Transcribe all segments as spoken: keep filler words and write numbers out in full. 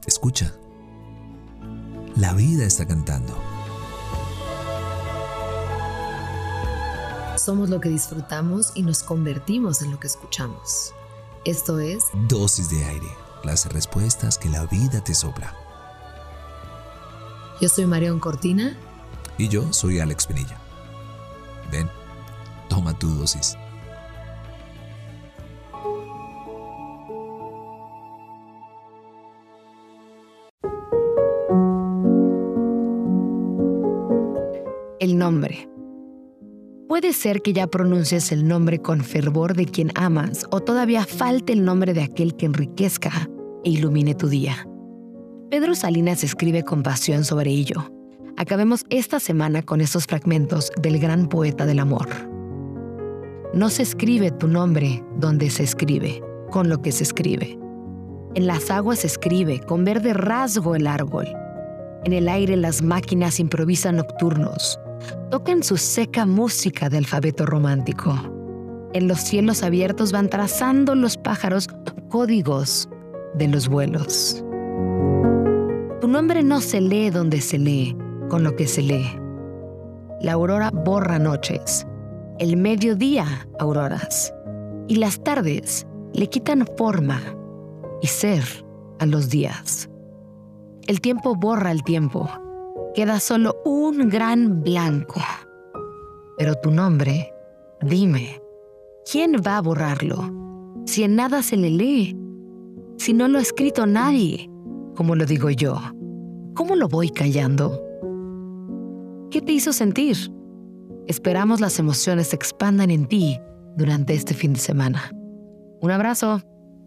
Escucha. La vida está cantando. Somos lo que disfrutamos y nos convertimos en lo que escuchamos. Esto es Dosis de aire, las respuestas que la vida te sopla. Yo soy Marión Cortina. Y yo soy Alex Pinilla. Ven, toma tu dosis. El nombre. Puede ser que ya pronuncies el nombre con fervor de quien amas o todavía falte el nombre de aquel que enriquezca e ilumine tu día. Pedro Salinas escribe con pasión sobre ello. Acabemos esta semana con estos fragmentos del gran poeta del amor. No se escribe tu nombre donde se escribe, con lo que se escribe. En las aguas se escribe, con verde rasgo el árbol. En el aire las máquinas improvisan nocturnos. Tocan su seca música de alfabeto romántico. En los cielos abiertos van trazando los pájaros códigos de los vuelos. Tu nombre no se lee donde se lee, con lo que se lee. La aurora borra noches, el mediodía auroras, y las tardes le quitan forma y ser a los días. El tiempo borra el tiempo. Queda solo un gran blanco. Pero tu nombre, dime, ¿quién va a borrarlo? Si en nada se le lee, si no lo ha escrito nadie, como lo digo yo, ¿cómo lo voy callando? ¿Qué te hizo sentir? Esperamos las emociones se expandan en ti durante este fin de semana. Un abrazo.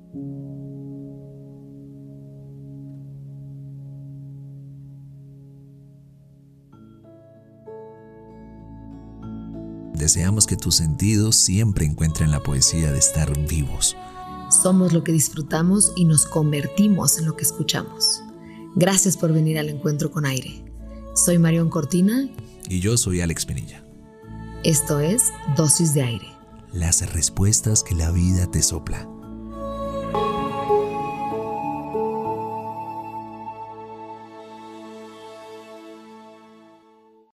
Deseamos que tus sentidos siempre encuentren la poesía de estar vivos. Somos lo que disfrutamos y nos convertimos en lo que escuchamos. Gracias por venir al encuentro con aire. Soy Marión Cortina. Y yo soy Alex Pinilla. Esto es Dosis de Aire. Las respuestas que la vida te sopla.